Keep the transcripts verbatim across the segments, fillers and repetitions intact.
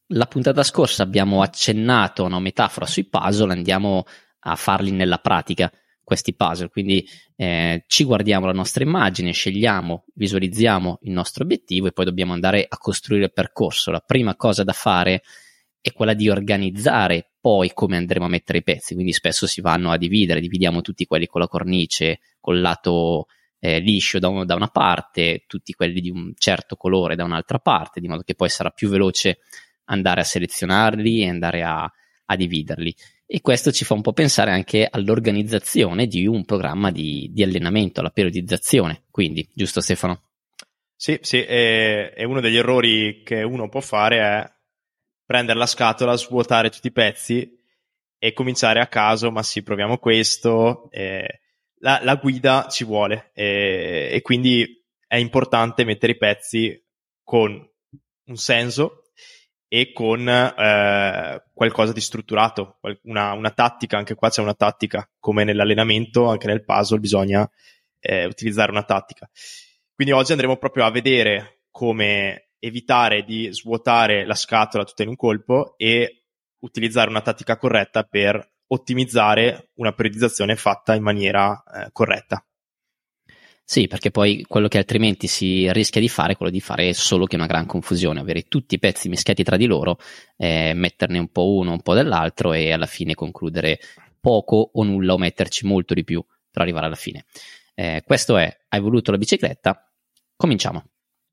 la puntata scorsa abbiamo accennato a una metafora sui puzzle, andiamo a farli nella pratica questi puzzle, quindi eh, ci guardiamo la nostra immagine, scegliamo, visualizziamo il nostro obiettivo e poi dobbiamo andare a costruire il percorso. La prima cosa da fare è quella di organizzare poi come andremo a mettere i pezzi, quindi spesso si vanno a dividere, dividiamo tutti quelli con la cornice, col lato eh, liscio da, un, da una parte, tutti quelli di un certo colore da un'altra parte, di modo che poi sarà più veloce andare a selezionarli e andare a, a dividerli. E questo ci fa un po' pensare anche all'organizzazione di un programma di, di allenamento, alla periodizzazione. Quindi, giusto Stefano? Sì, sì, e, e uno degli errori che uno può fare è prendere la scatola, svuotare tutti i pezzi e cominciare a caso, ma sì, proviamo questo. Eh, la, la guida ci vuole e, e quindi è importante mettere i pezzi con un senso e con eh, qualcosa di strutturato, una, una tattica. Anche qua c'è una tattica, come nell'allenamento, anche nel puzzle bisogna eh, utilizzare una tattica. Quindi oggi andremo proprio a vedere come evitare di svuotare la scatola tutta in un colpo e utilizzare una tattica corretta per ottimizzare una periodizzazione fatta in maniera eh, corretta. Sì, perché poi quello che altrimenti si rischia di fare è quello di fare solo che una gran confusione, avere tutti i pezzi mischiati tra di loro, eh, metterne un po' uno, un po' dell'altro e alla fine concludere poco o nulla o metterci molto di più per arrivare alla fine. Eh, questo è Hai voluto la bicicletta? Cominciamo.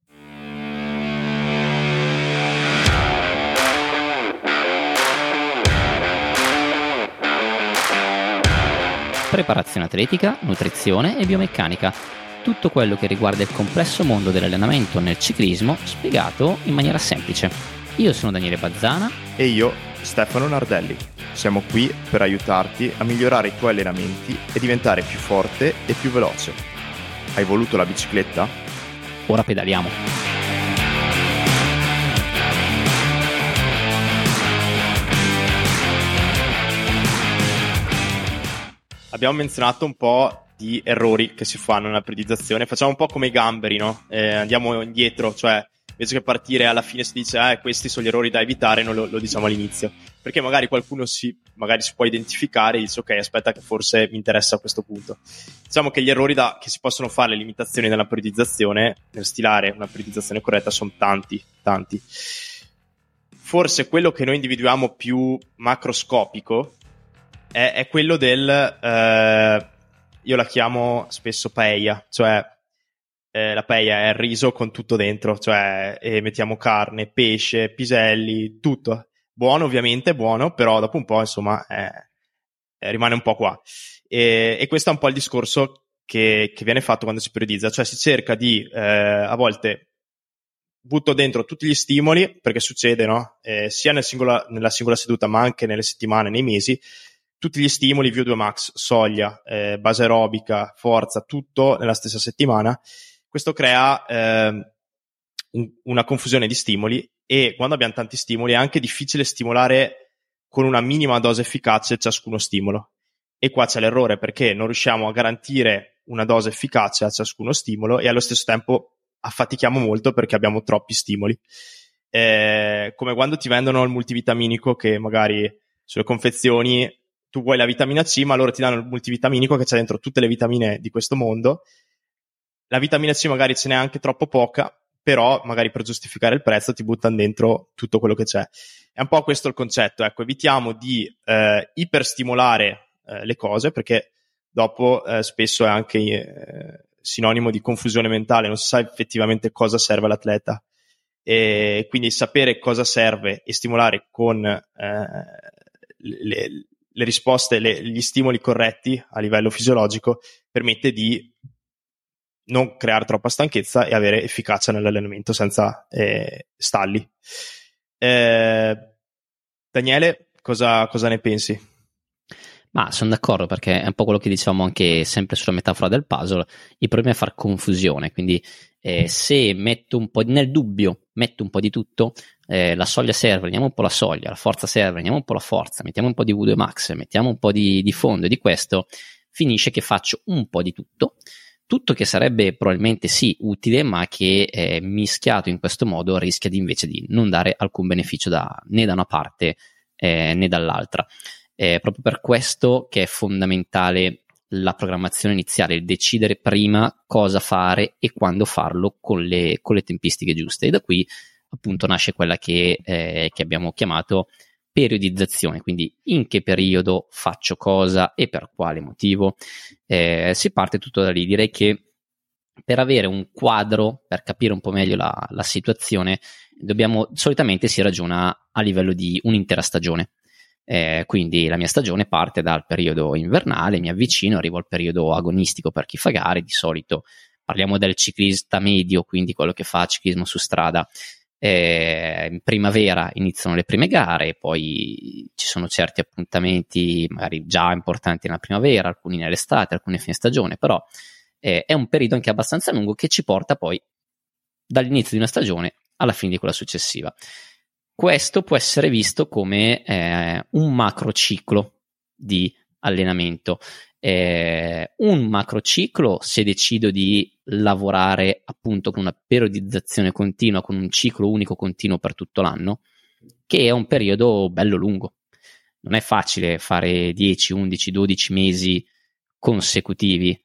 Preparazione atletica, nutrizione e biomeccanica. Tutto quello che riguarda il complesso mondo dell'allenamento nel ciclismo spiegato in maniera semplice. Io sono Daniele Bazzana. E io, Stefano Nardelli. Siamo qui per aiutarti a migliorare i tuoi allenamenti e diventare più forte e più veloce. Hai voluto la bicicletta? Ora pedaliamo. Abbiamo menzionato un po' di errori che si fanno nella periodizzazione. Facciamo un po' come i gamberi, no? Eh, andiamo indietro, cioè invece che partire alla fine si dice eh, questi sono gli errori da evitare, non lo, lo diciamo all'inizio, perché magari qualcuno si, magari si può identificare e dice ok, aspetta che forse mi interessa a questo punto. Diciamo che gli errori da, che si possono fare, le limitazioni nella periodizzazione, nel stilare una periodizzazione corretta, sono tanti, tanti. Forse quello che noi individuiamo più macroscopico è, è quello del, eh, io la chiamo spesso paella, cioè eh, la paella è il riso con tutto dentro, cioè e mettiamo carne, pesce, piselli, tutto. Buono ovviamente, buono, però dopo un po' insomma eh, eh, rimane un po' qua. E, e questo è un po' il discorso che, che viene fatto quando si periodizza, cioè si cerca di, eh, a volte butto dentro tutti gli stimoli, perché succede, no? Eh, sia nel singola, nella singola seduta ma anche nelle settimane, nei mesi, tutti gli stimoli, V O due max, soglia, eh, base aerobica, forza, tutto nella stessa settimana. Questo crea eh, un, una confusione di stimoli e quando abbiamo tanti stimoli è anche difficile stimolare con una minima dose efficace ciascuno stimolo. E qua c'è l'errore, perché non riusciamo a garantire una dose efficace a ciascuno stimolo e allo stesso tempo affatichiamo molto perché abbiamo troppi stimoli. Eh, come quando ti vendono il multivitaminico, che magari sulle confezioni tu vuoi la vitamina C, ma loro ti danno il multivitaminico che c'è dentro tutte le vitamine di questo mondo. La vitamina C magari ce n'è anche troppo poca, però magari per giustificare il prezzo ti buttano dentro tutto quello che c'è. È un po' questo il concetto, ecco, evitiamo di eh, iperstimolare eh, le cose, perché dopo eh, spesso è anche eh, sinonimo di confusione mentale, non si sa effettivamente cosa serve all'atleta. E quindi sapere cosa serve e stimolare con eh, le, le risposte, le, gli stimoli corretti a livello fisiologico permette di non creare troppa stanchezza e avere efficacia nell'allenamento senza eh, stalli. Eh, Daniele, cosa, cosa ne pensi? Ma sono d'accordo, perché è un po' quello che dicevamo anche sempre sulla metafora del puzzle. Il problema è far confusione, quindi eh, se metto un po' nel dubbio, metto un po' di tutto, eh, la soglia serve, vediamo un po' la soglia, la forza serve, vediamo un po' la forza, mettiamo un po' di V due max, mettiamo un po' di, di fondo e di questo, finisce che faccio un po' di tutto, tutto che sarebbe probabilmente sì utile, ma che eh, mischiato in questo modo rischia di invece di non dare alcun beneficio da, né da una parte eh, né dall'altra. È proprio per questo che è fondamentale la programmazione iniziale, il decidere prima cosa fare e quando farlo con le, con le tempistiche giuste, e da qui appunto nasce quella che, eh, che abbiamo chiamato periodizzazione, quindi in che periodo faccio cosa e per quale motivo. Eh, si parte tutto da lì. Direi che per avere un quadro, per capire un po' meglio la, la situazione, dobbiamo, solitamente si ragiona a livello di un'intera stagione. Eh, quindi la mia stagione parte dal periodo invernale, mi avvicino, arrivo al periodo agonistico per chi fa gare. Di solito parliamo del ciclista medio, quindi quello che fa ciclismo su strada. Eh, in primavera iniziano le prime gare, poi ci sono certi appuntamenti magari già importanti nella primavera, alcuni nell'estate, alcuni a fine stagione, però eh, è un periodo anche abbastanza lungo che ci porta poi dall'inizio di una stagione alla fine di quella successiva. Questo può essere visto come eh, un macrociclo di allenamento. Eh, un macrociclo, se decido di lavorare appunto con una periodizzazione continua, con un ciclo unico continuo per tutto l'anno, che è un periodo bello lungo. Non è facile fare dieci, undici, dodici mesi consecutivi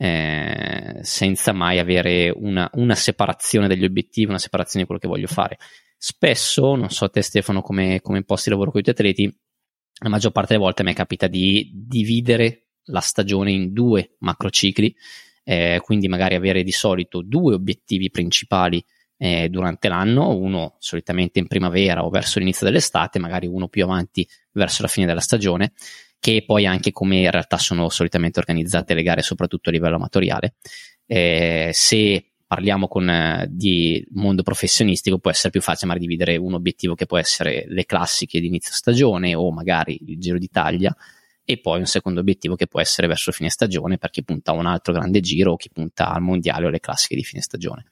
eh, senza mai avere una, una separazione degli obiettivi, una separazione di quello che voglio fare. Spesso, non so te Stefano come, come imposti il lavoro con i tuoi atleti, la maggior parte delle volte mi capita di dividere la stagione in due macrocicli, eh, quindi magari avere di solito due obiettivi principali eh, durante l'anno, uno solitamente in primavera o verso l'inizio dell'estate, magari uno più avanti verso la fine della stagione, che poi anche come in realtà sono solitamente organizzate le gare, soprattutto a livello amatoriale. Eh, se parliamo con eh, di mondo professionistico, può essere più facile magari dividere un obiettivo che può essere le classiche di inizio stagione o magari il Giro d'Italia, e poi un secondo obiettivo che può essere verso fine stagione per chi punta a un altro grande giro o chi punta al mondiale o alle classiche di fine stagione.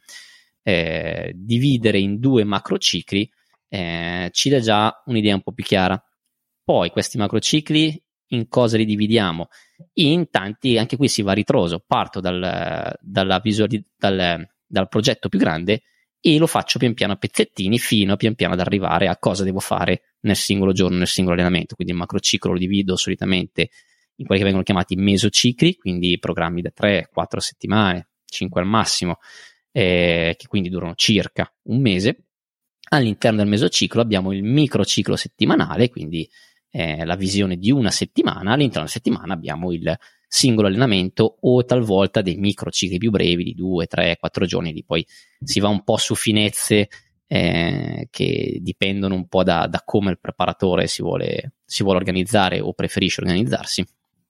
Eh, dividere in due macrocicli eh, ci dà già un'idea un po' più chiara. Poi questi macrocicli in cosa li dividiamo? In tanti, anche qui si va a ritroso, parto dal, dalla visuali, dal, dal progetto più grande e lo faccio pian piano a pezzettini fino a pian piano ad arrivare a cosa devo fare nel singolo giorno, nel singolo allenamento. Quindi il macrociclo lo divido solitamente in quelli che vengono chiamati mesocicli, quindi programmi da tre quattro settimane, cinque al massimo, eh, che quindi durano circa un mese. All'interno del mesociclo abbiamo il microciclo settimanale, quindi eh, la visione di una settimana. All'interno della settimana abbiamo il singolo allenamento o talvolta dei microcicli più brevi di due, tre, quattro giorni. Lì poi si va un po' su finezze eh, che dipendono un po' da, da come il preparatore si vuole, si vuole organizzare o preferisce organizzarsi.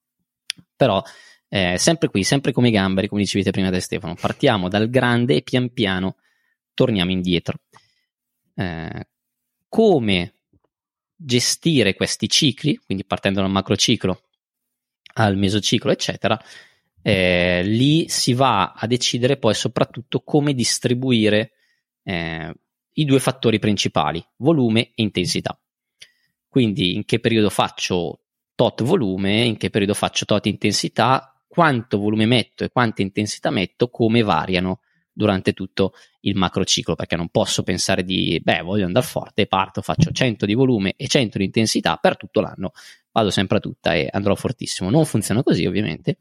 Però eh, sempre qui, sempre come i gamberi, come dicevate prima te Stefano, partiamo dal grande e pian piano torniamo indietro. Eh, come gestire questi cicli, quindi partendo dal macrociclo al mesociclo eccetera, eh, lì si va a decidere poi soprattutto come distribuire eh, i due fattori principali, volume e intensità. Quindi in che periodo faccio tot volume, in che periodo faccio tot intensità, quanto volume metto e quanta intensità metto, come variano durante tutto il macrociclo, perché non posso pensare di beh voglio andare forte, parto, faccio cento di volume e cento di intensità per tutto l'anno, vado sempre a tutta e andrò fortissimo. Non funziona così ovviamente,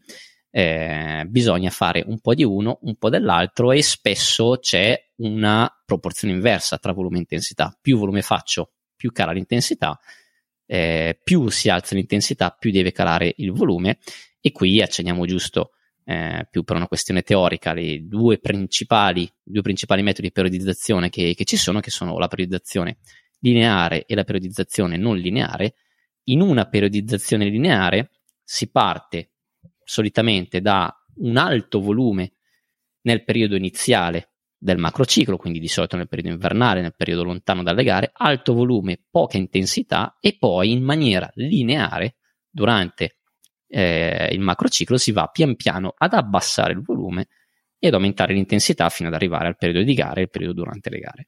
eh, bisogna fare un po' di uno, un po' dell'altro, e spesso c'è una proporzione inversa tra volume e intensità. Più volume faccio, più cala l'intensità, eh, più si alza l'intensità, più deve calare il volume, e qui accenniamo giusto Eh, più per una questione teorica le due principali, due principali metodi di periodizzazione che, che ci sono, che sono la periodizzazione lineare e la periodizzazione non lineare. In una periodizzazione lineare si parte solitamente da un alto volume nel periodo iniziale del macrociclo, quindi di solito nel periodo invernale, nel periodo lontano dalle gare, alto volume, poca intensità, e poi in maniera lineare durante Eh, il macrociclo si va pian piano ad abbassare il volume e ad aumentare l'intensità fino ad arrivare al periodo di gare e il periodo durante le gare.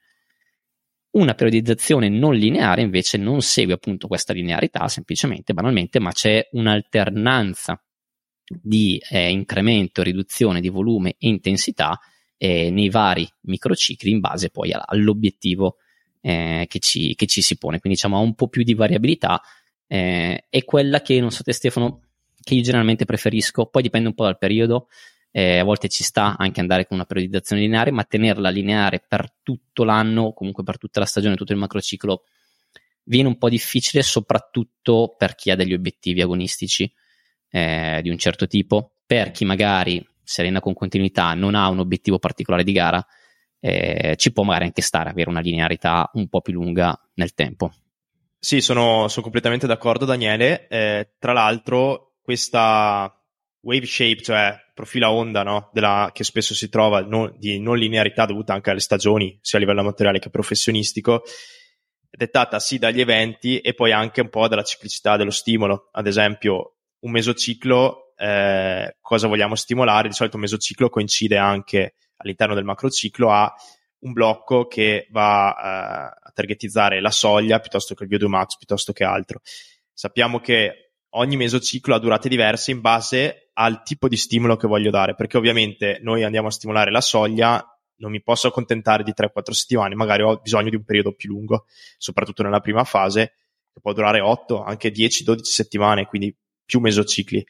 Una periodizzazione non lineare invece non segue appunto questa linearità semplicemente, banalmente, ma c'è un'alternanza di eh, incremento, riduzione di volume e intensità eh, nei vari microcicli in base poi all'obiettivo eh, che, ci, che ci si pone. Quindi diciamo ha un po' più di variabilità, eh, è quella che, non so te Stefano, che io generalmente preferisco, poi dipende un po' dal periodo, eh, a volte ci sta anche andare con una periodizzazione lineare, ma tenerla lineare per tutto l'anno, comunque per tutta la stagione, tutto il macrociclo, viene un po' difficile, soprattutto per chi ha degli obiettivi agonistici eh, di un certo tipo. Per chi magari si allena con continuità, non ha un obiettivo particolare di gara, eh, ci può magari anche stare avere una linearità un po' più lunga nel tempo. Sì, sono, sono completamente d'accordo, Daniele. Eh, tra l'altro, questa wave shape, cioè profilo a onda, no? Della, che spesso si trova no, di non linearità dovuta anche alle stagioni, sia a livello amatoriale che professionistico, è dettata sì dagli eventi e poi anche un po' dalla ciclicità dello stimolo. Ad esempio, un mesociclo, eh, cosa vogliamo stimolare? Di solito un mesociclo coincide anche all'interno del macrociclo a un blocco che va uh, a targetizzare la soglia piuttosto che il V O due max, piuttosto che altro. Sappiamo che ogni mesociclo ha durate diverse in base al tipo di stimolo che voglio dare, perché ovviamente noi andiamo a stimolare la soglia, non mi posso accontentare di tre quattro settimane, magari ho bisogno di un periodo più lungo, soprattutto nella prima fase, che può durare otto, anche dieci dodici settimane, quindi più mesocicli.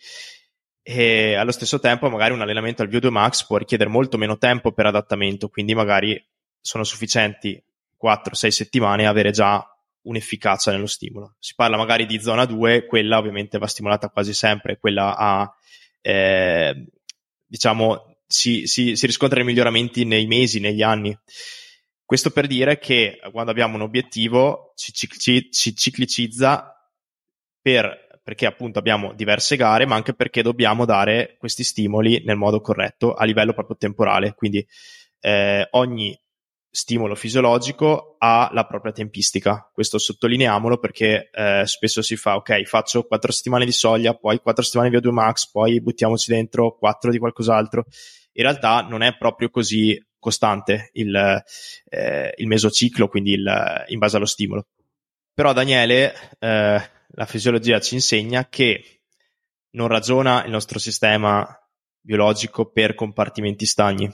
E allo stesso tempo magari un allenamento al V O due max può richiedere molto meno tempo per adattamento, quindi magari sono sufficienti quattro sei settimane a avere già un'efficacia nello stimolo. Si parla magari di zona due, quella ovviamente va stimolata quasi sempre, quella ha eh, diciamo si, si, si riscontrano i miglioramenti nei mesi, negli anni. Questo per dire che quando abbiamo un obiettivo si, cicli, si ciclicizza per, perché appunto abbiamo diverse gare, ma anche perché dobbiamo dare questi stimoli nel modo corretto a livello proprio temporale. Quindi eh, ogni stimolo fisiologico ha la propria tempistica. Questo sottolineiamolo perché eh, spesso si fa ok, faccio quattro settimane di soglia, poi quattro settimane di V O due max, poi buttiamoci dentro quattro di qualcos'altro. In realtà non è proprio così costante il, eh, il mesociclo, quindi il, in base allo stimolo. Però Daniele, eh, la fisiologia ci insegna che non ragiona il nostro sistema biologico per compartimenti stagni.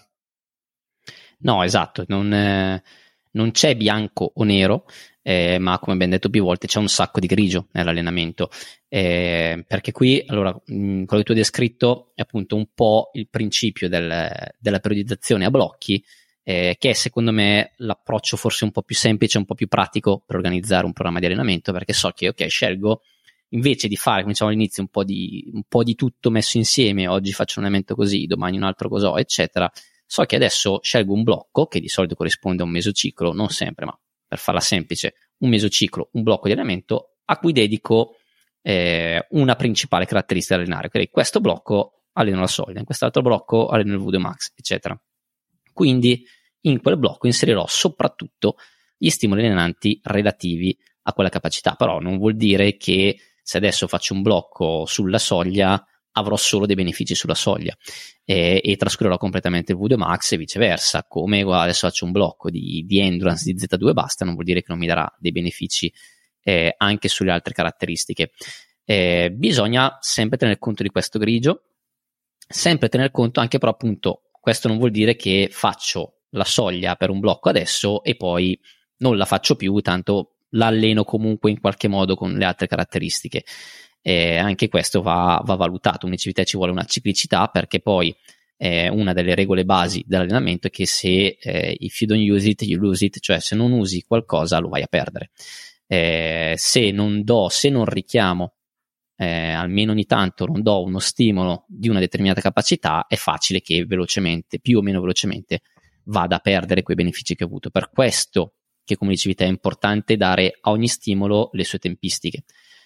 No, esatto, non, eh, non c'è bianco o nero, eh, ma come abbiamo detto più volte c'è un sacco di grigio nell'allenamento, eh, perché qui, allora, mh, quello che tu hai descritto è appunto un po' il principio del, della periodizzazione a blocchi, eh, che è secondo me l'approccio forse un po' più semplice, un po' più pratico per organizzare un programma di allenamento, perché so che ok, scelgo invece di fare, come diciamo all'inizio, un po' di, un po' di tutto messo insieme, oggi faccio un allenamento così, domani un altro cos'ho, eccetera. So che adesso scelgo un blocco che di solito corrisponde a un mesociclo, non sempre, ma per farla semplice, un mesociclo, un blocco di allenamento a cui dedico eh, una principale caratteristica da allenare. Quindi questo blocco alleno la soglia, in quest'altro blocco alleno il V O due max, eccetera. Quindi in quel blocco inserirò soprattutto gli stimoli allenanti relativi a quella capacità, però non vuol dire che se adesso faccio un blocco sulla soglia avrò solo dei benefici sulla soglia eh, e trascurerò completamente il V O due max e viceversa. Come adesso faccio un blocco di, di endurance di Z due basta, non vuol dire che non mi darà dei benefici eh, anche sulle altre caratteristiche. Eh, bisogna sempre tener conto di questo grigio, sempre tener conto anche però appunto questo non vuol dire che faccio la soglia per un blocco adesso e poi non la faccio più, tanto l'alleno comunque in qualche modo con le altre caratteristiche. Eh, anche questo va, va valutato. In C V T ci vuole una ciclicità, perché poi eh, una delle regole basi dell'allenamento è che se eh, if you don't use it, you lose it, cioè se non usi qualcosa lo vai a perdere. Eh, se non do, se non richiamo eh, almeno ogni tanto non do uno stimolo di una determinata capacità, è facile che velocemente, più o meno velocemente, vada a perdere quei benefici che ho avuto. Per questo che, come dicevi te, è importante dare a ogni stimolo le sue tempistiche.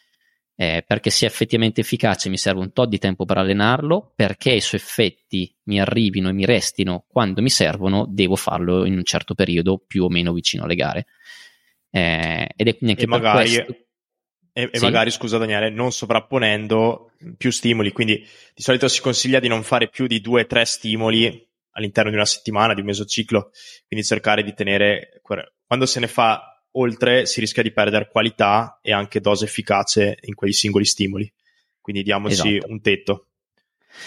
Eh, perché sia effettivamente efficace mi serve un tot di tempo per allenarlo, perché i suoi effetti mi arrivino e mi restino quando mi servono devo farlo in un certo periodo più o meno vicino alle gare, eh, ed è quindi anche e per magari, questo e, e sì? magari scusa Daniele, non sovrapponendo più stimoli, quindi di solito si consiglia di non fare più di due o tre stimoli all'interno di una settimana, di un mesociclo, quindi cercare di tenere, quando se ne fa oltre si rischia di perdere qualità e anche dose efficace in quei singoli stimoli, quindi diamoci esatto. un tetto.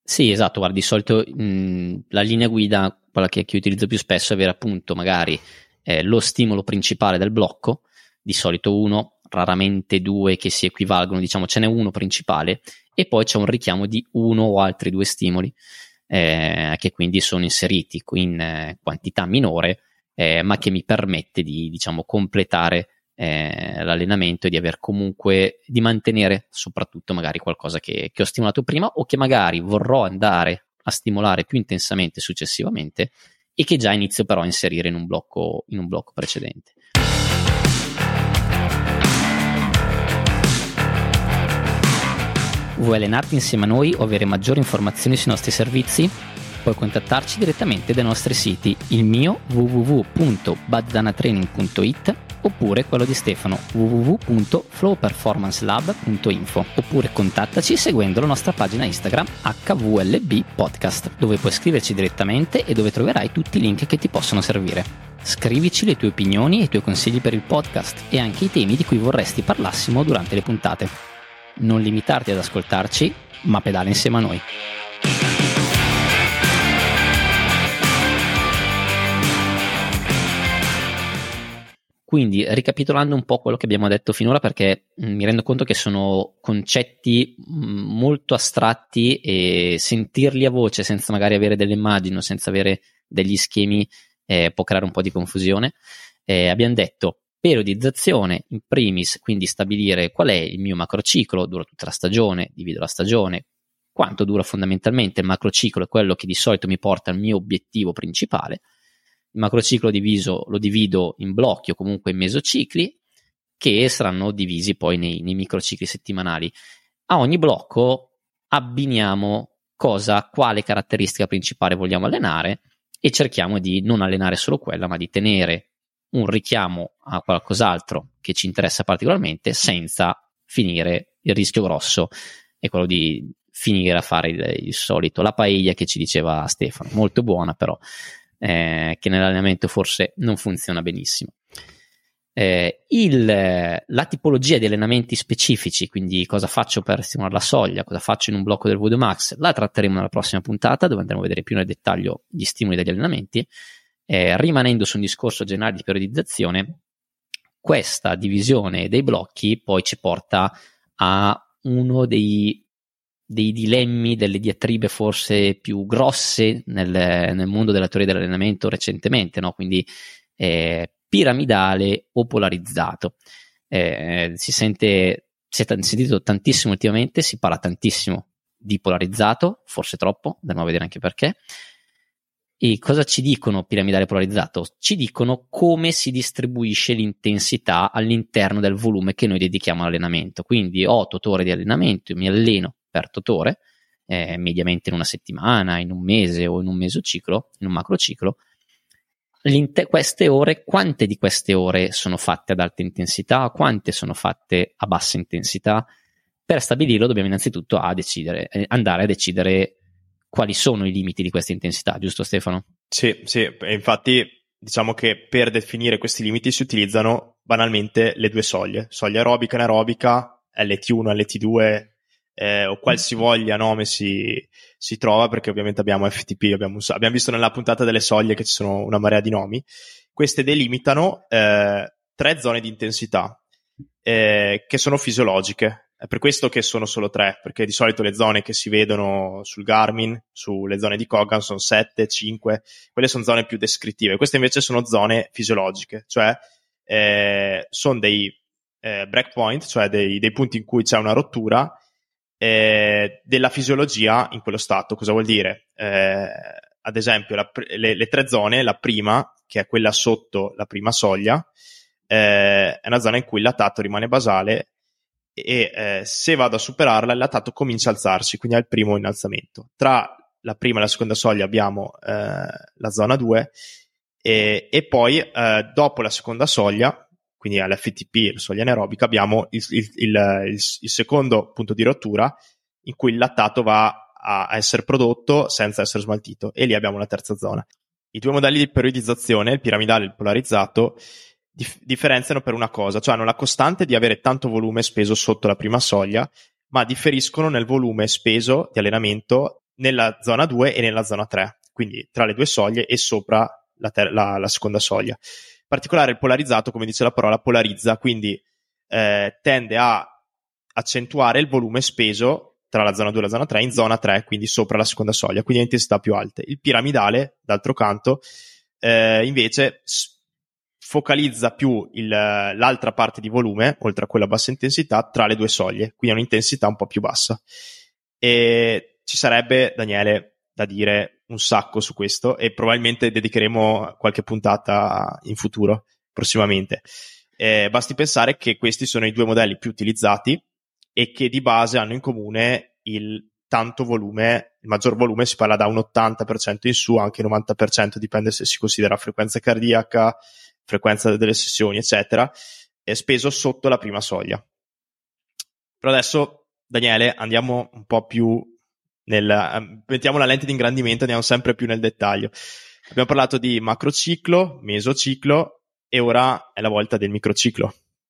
Sì, esatto, guarda, di solito mh, la linea guida, quella che, che utilizzo più spesso, è avere appunto magari eh, lo stimolo principale del blocco, di solito uno, raramente due che si equivalgono, diciamo ce n'è uno principale, e poi c'è un richiamo di uno o altri due stimoli eh, che quindi sono inseriti in eh, quantità minore, eh, ma che mi permette di, diciamo, completare eh, l'allenamento e di aver comunque, di mantenere soprattutto magari qualcosa che, che ho stimolato prima o che magari vorrò andare a stimolare più intensamente successivamente e che già inizio però a inserire in un blocco, in un blocco precedente. Vuoi allenarti insieme a noi o avere maggiori informazioni sui nostri servizi? Puoi contattarci direttamente dai nostri siti, il mio w w w punto baddanatraining punto i t oppure quello di Stefano w w w punto flow performance lab punto info, oppure contattaci seguendo la nostra pagina Instagram H V L B Podcast, dove puoi scriverci direttamente e dove troverai tutti i link che ti possono servire. Scrivici le tue opinioni e i tuoi consigli per il podcast e anche i temi di cui vorresti parlassimo durante le puntate. Non limitarti ad ascoltarci, ma pedala insieme a noi. Quindi, ricapitolando un po' quello che abbiamo detto finora, perché mh, mi rendo conto che sono concetti mh, molto astratti e sentirli a voce senza magari avere delle immagini o senza avere degli schemi eh, può creare un po' di confusione. Eh, abbiamo detto periodizzazione in primis, quindi stabilire qual è il mio macrociclo, dura tutta la stagione, divido la stagione, quanto dura fondamentalmente il macrociclo è quello che di solito mi porta al mio obiettivo principale. Il macrociclo diviso, lo divido in blocchi o comunque in mesocicli che saranno divisi poi nei, nei microcicli settimanali. A ogni blocco abbiniamo cosa, quale caratteristica principale vogliamo allenare e cerchiamo di non allenare solo quella, ma di tenere un richiamo a qualcos'altro che ci interessa particolarmente senza finire. Il rischio grosso è quello di finire a fare il, il solito, la paella che ci diceva Stefano, molto buona però eh, che nell'allenamento forse non funziona benissimo. Eh, il, la tipologia di allenamenti specifici, quindi cosa faccio per stimolare la soglia, cosa faccio in un blocco del V due Max, la tratteremo nella prossima puntata dove andremo a vedere più nel dettaglio gli stimoli degli allenamenti. Eh, rimanendo su un discorso generale di periodizzazione, questa divisione dei blocchi poi ci porta a uno dei, dei dilemmi, delle diatribe forse più grosse nel, nel mondo della teoria dell'allenamento recentemente, no? Quindi eh, piramidale o polarizzato. Eh, si sente, si è t- sentito tantissimo ultimamente, si parla tantissimo di polarizzato, forse troppo, andremo a vedere anche perché. E cosa ci dicono piramidale polarizzato? Ci dicono come si distribuisce l'intensità all'interno del volume che noi dedichiamo all'allenamento. Quindi ho otto ore di allenamento, io mi alleno per otto ore, eh, mediamente in una settimana, in un mese o in un mesociclo, in un macrociclo. L'inte- queste ore, quante di queste ore sono fatte ad alta intensità, quante sono fatte a bassa intensità? Per stabilirlo dobbiamo innanzitutto a decidere, eh, andare a decidere quali sono i limiti di questa intensità, giusto Stefano? Sì, sì, e infatti diciamo che per definire questi limiti si utilizzano banalmente le due soglie, soglia aerobica e anaerobica, L T uno, L T due, eh, o qualsivoglia nome si, si trova, perché ovviamente abbiamo F T P, abbiamo, abbiamo visto nella puntata delle soglie che ci sono una marea di nomi. Queste delimitano eh, tre zone di intensità eh, che sono fisiologiche. È per questo che sono solo tre, perché di solito le zone che si vedono sul Garmin, sulle zone di Coggan, sono sette, cinque, quelle sono zone più descrittive. Queste invece sono zone fisiologiche, cioè eh, sono dei eh, breakpoint, cioè dei, dei punti in cui c'è una rottura eh, della fisiologia in quello stato. Cosa vuol dire? Eh, ad esempio, la, le, le tre zone, la prima, che è quella sotto la prima soglia, eh, è una zona in cui il lattato rimane basale e eh, se vado a superarla il lattato comincia a alzarsi, quindi è il primo innalzamento. Tra la prima e la seconda soglia abbiamo eh, la zona due e, e poi eh, dopo la seconda soglia, quindi all'F T P, la soglia anaerobica, abbiamo il, il, il, il, il secondo punto di rottura in cui il lattato va a, a essere prodotto senza essere smaltito, e lì abbiamo la terza zona. I due modelli di periodizzazione, il piramidale e il polarizzato, Dif- differenziano per una cosa, cioè hanno la costante di avere tanto volume speso sotto la prima soglia, ma differiscono nel volume speso di allenamento nella zona due e nella zona tre, quindi tra le due soglie e sopra la, ter- la, la seconda soglia. In particolare il polarizzato, come dice la parola, polarizza, quindi eh, tende a accentuare il volume speso tra la zona due e la zona tre in zona tre, quindi sopra la seconda soglia, quindi a intensità più alte. Il piramidale, d'altro canto, eh, invece s- focalizza più il, l'altra parte di volume, oltre a quella a bassa intensità, tra le due soglie, quindi ha un'intensità un po' più bassa. E ci sarebbe, Daniele, da dire un sacco su questo, e probabilmente dedicheremo qualche puntata in futuro, prossimamente. Eh, basti pensare che questi sono i due modelli più utilizzati e che di base hanno in comune il tanto volume, il maggior volume, si parla da un ottanta per cento in su, anche novanta per cento, dipende se si considera frequenza cardiaca, frequenza delle sessioni, eccetera, è speso sotto la prima soglia. Però adesso, Daniele, andiamo un po' più nel, mettiamo la lente di ingrandimento, andiamo sempre più nel dettaglio. Abbiamo parlato di macrociclo, mesociclo, e ora è la volta del microciclo.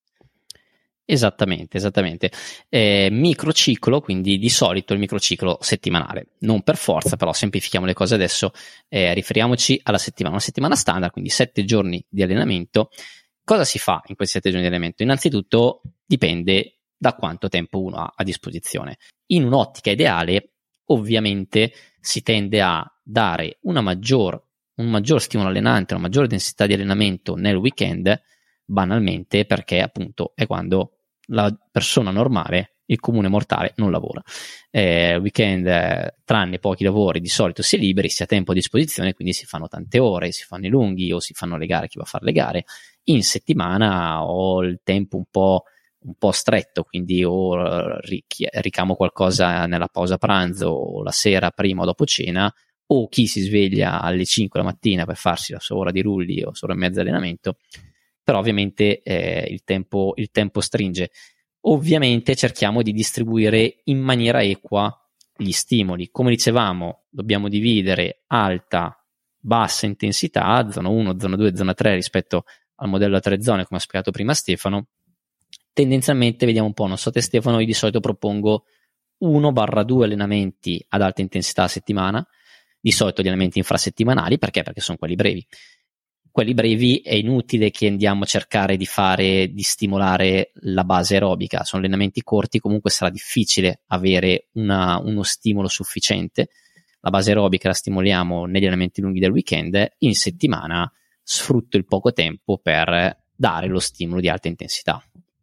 Esattamente, esattamente. Eh, microciclo, quindi di solito il microciclo settimanale, non per forza, però semplifichiamo le cose adesso, eh, riferiamoci alla settimana, una settimana standard, quindi sette giorni di allenamento. Cosa si fa in questi sette giorni di allenamento? Innanzitutto dipende da quanto tempo uno ha a disposizione. In un'ottica ideale, ovviamente, si tende a dare una maggior, un maggior stimolo allenante, una maggiore densità di allenamento nel weekend, banalmente perché appunto è quando la persona normale, il comune mortale, non lavora. Eh, weekend, eh, tranne pochi lavori, di solito si è liberi, si ha tempo a disposizione, quindi si fanno tante ore, si fanno i lunghi o si fanno le gare, chi va a fare le gare. In settimana ho il tempo un po', un po' stretto, quindi o richi- ricamo qualcosa nella pausa pranzo o la sera prima o dopo cena, o chi si sveglia alle cinque la mattina per farsi la sua ora di rulli o sua ora e mezza di allenamento. Però ovviamente eh, il tempo, il tempo stringe. Ovviamente cerchiamo di distribuire in maniera equa gli stimoli. Come dicevamo, dobbiamo dividere alta, bassa intensità, zona uno, zona due, zona tre rispetto al modello a tre zone, come ha spiegato prima Stefano. Tendenzialmente, vediamo un po', non so te Stefano, io di solito propongo uno due allenamenti ad alta intensità a settimana, di solito gli allenamenti infrasettimanali, perché? Perché sono quelli brevi. Quelli brevi è inutile che andiamo a cercare di fare, di stimolare la base aerobica, sono allenamenti corti, comunque sarà difficile avere una, uno stimolo sufficiente. La base aerobica la stimoliamo negli allenamenti lunghi del weekend, in settimana sfrutto il poco tempo per dare lo stimolo di alta intensità.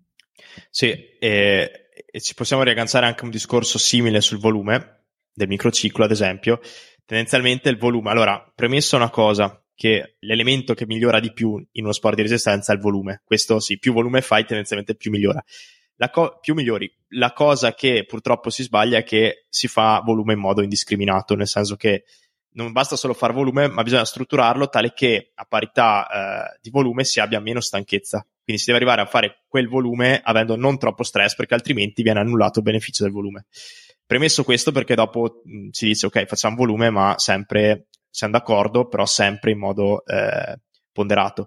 Sì, e, e ci possiamo riagganciare anche a un discorso simile sul volume del microciclo, ad esempio. Tendenzialmente il volume, allora, premesso una cosa, che l'elemento che migliora di più in uno sport di resistenza è il volume. Questo sì, più volume fai, tendenzialmente più migliora. La co- più migliori. La cosa che purtroppo si sbaglia è che si fa volume in modo indiscriminato, nel senso che non basta solo fare volume, ma bisogna strutturarlo tale che a parità eh, di volume si abbia meno stanchezza. Quindi si deve arrivare a fare quel volume avendo non troppo stress, perché altrimenti viene annullato il beneficio del volume. Premesso questo, perché dopo mh, si dice ok, facciamo volume, ma sempre siamo d'accordo, però sempre in modo eh, ponderato.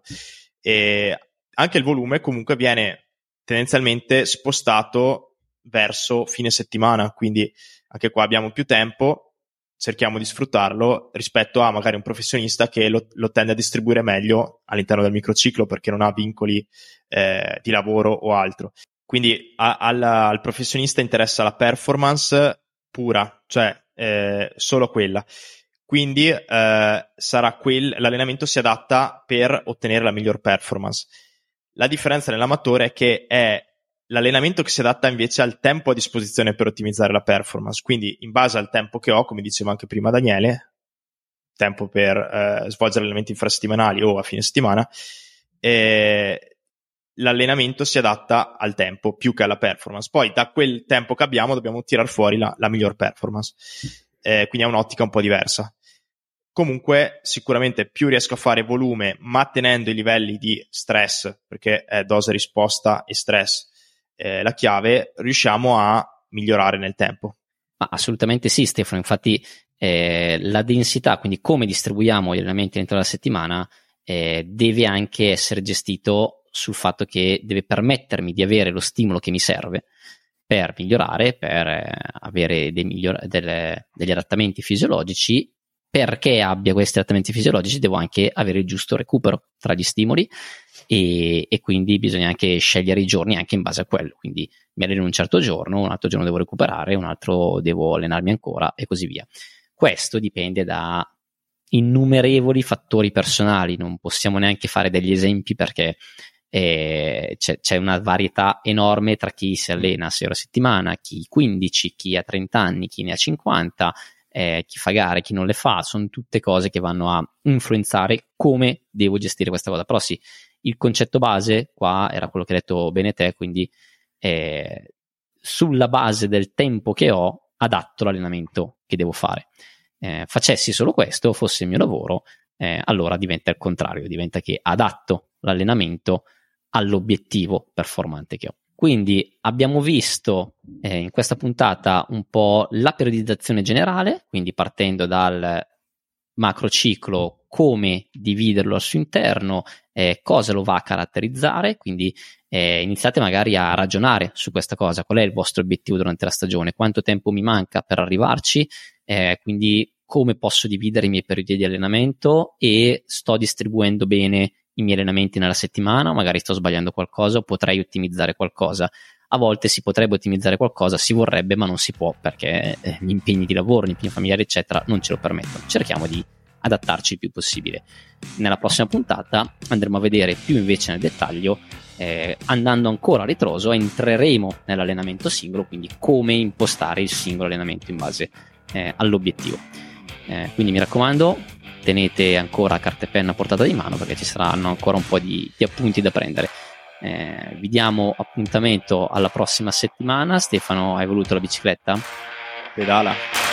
E anche il volume comunque viene tendenzialmente spostato verso fine settimana, quindi anche qua abbiamo più tempo, cerchiamo di sfruttarlo rispetto a magari un professionista che lo, lo tende a distribuire meglio all'interno del microciclo perché non ha vincoli eh, di lavoro o altro. Quindi a, al, al professionista interessa la performance pura, cioè eh, solo quella. Quindi eh, sarà quel, l'allenamento si adatta per ottenere la miglior performance. La differenza nell'amatore è che è l'allenamento che si adatta invece al tempo a disposizione per ottimizzare la performance. Quindi in base al tempo che ho, come diceva anche prima Daniele, tempo per eh, svolgere allenamenti infrasettimanali o a fine settimana, eh, l'allenamento si adatta al tempo più che alla performance. Poi da quel tempo che abbiamo dobbiamo tirar fuori la, la miglior performance. Eh, quindi è un'ottica un po' diversa. Comunque sicuramente più riesco a fare volume ma tenendo i livelli di stress, perché è dose risposta e stress eh, la chiave, riusciamo a migliorare nel tempo. Ma assolutamente sì Stefano, infatti eh, la densità, quindi come distribuiamo gli allenamenti all'interno della settimana eh, deve anche essere gestito sul fatto che deve permettermi di avere lo stimolo che mi serve. per migliorare, per eh, avere dei miglior- delle, degli adattamenti fisiologici. Perché abbia questi adattamenti fisiologici devo anche avere il giusto recupero tra gli stimoli e, e quindi bisogna anche scegliere i giorni anche in base a quello. Quindi mi alleno un certo giorno, un altro giorno devo recuperare, un altro devo allenarmi ancora e così via. Questo dipende da innumerevoli fattori personali, non possiamo neanche fare degli esempi perché eh, c'è, c'è una varietà enorme tra chi si allena sei ore a settimana, chi quindici, chi ha trenta anni, chi ne ha cinquanta, Eh, chi fa gare, chi non le fa, sono tutte cose che vanno a influenzare come devo gestire questa cosa. Però sì, il concetto base qua era quello che hai detto bene te, quindi eh, sulla base del tempo che ho adatto l'allenamento che devo fare. Eh, facessi solo questo, fosse il mio lavoro, eh, allora diventa il contrario, diventa che adatto l'allenamento all'obiettivo performante che ho. Quindi abbiamo visto eh, in questa puntata un po' la periodizzazione generale, quindi partendo dal macrociclo, come dividerlo al suo interno, eh, cosa lo va a caratterizzare, quindi eh, iniziate magari a ragionare su questa cosa, qual è il vostro obiettivo durante la stagione, quanto tempo mi manca per arrivarci, eh, quindi come posso dividere i miei periodi di allenamento e sto distribuendo bene i miei allenamenti nella settimana, magari sto sbagliando qualcosa o potrei ottimizzare qualcosa. A volte si potrebbe ottimizzare qualcosa, si vorrebbe, ma non si può perché eh, gli impegni di lavoro, gli impegni familiari eccetera non ce lo permettono. Cerchiamo di adattarci il più possibile. Nella prossima puntata andremo a vedere più invece nel dettaglio, eh, andando ancora a ritroso, entreremo nell'allenamento singolo, quindi come impostare il singolo allenamento in base eh, all'obiettivo. Eh, quindi mi raccomando, tenete ancora carta e penna a portata di mano perché ci saranno ancora un po' di, di appunti da prendere. Eh, vi diamo appuntamento alla prossima settimana. Stefano, hai voluto la bicicletta? Pedala.